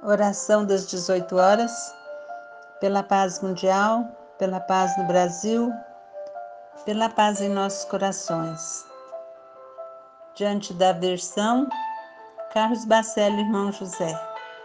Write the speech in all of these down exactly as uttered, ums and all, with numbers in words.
Oração das dezoito horas, pela paz mundial, pela paz no Brasil, pela paz em nossos corações. Diante da aversão, Carlos Bacelli, irmão José.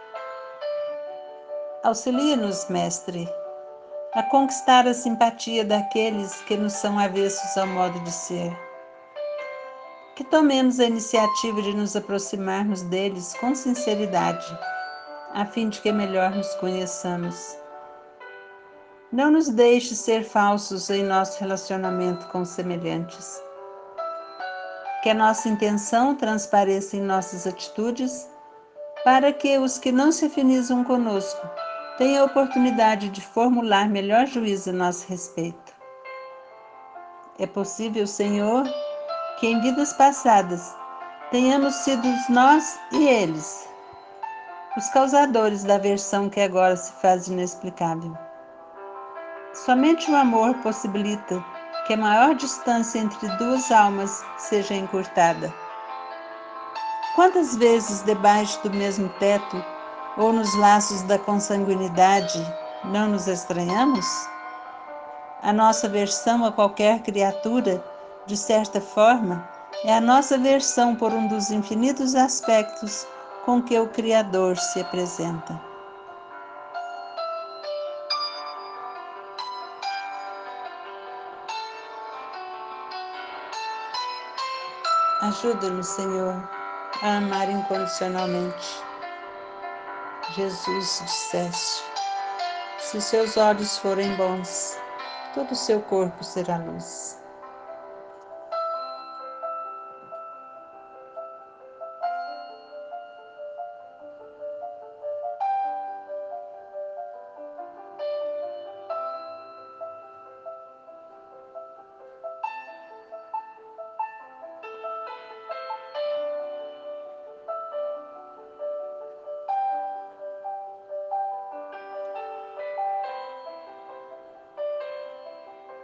Auxilia-nos, Mestre, a conquistar a simpatia daqueles que nos são avessos ao modo de ser. Que tomemos a iniciativa de nos aproximarmos deles com sinceridade, a fim de que melhor nos conheçamos. Não nos deixe ser falsos em nosso relacionamento com os semelhantes. Que a nossa intenção transpareça em nossas atitudes, para que os que não se afinizam conosco tenham a oportunidade de formular melhor juízo a nosso respeito. É possível, Senhor, que em vidas passadas tenhamos sido nós e eles os causadores da aversão que agora se faz inexplicável. Somente o amor possibilita que a maior distância entre duas almas seja encurtada. Quantas vezes debaixo do mesmo teto ou nos laços da consanguinidade não nos estranhamos? A nossa aversão a qualquer criatura, de certa forma, é a nossa aversão por um dos infinitos aspectos com que o Criador se apresenta. Ajuda-nos, Senhor, a amar incondicionalmente. Jesus disseste: se seus olhos forem bons, todo o seu corpo será luz.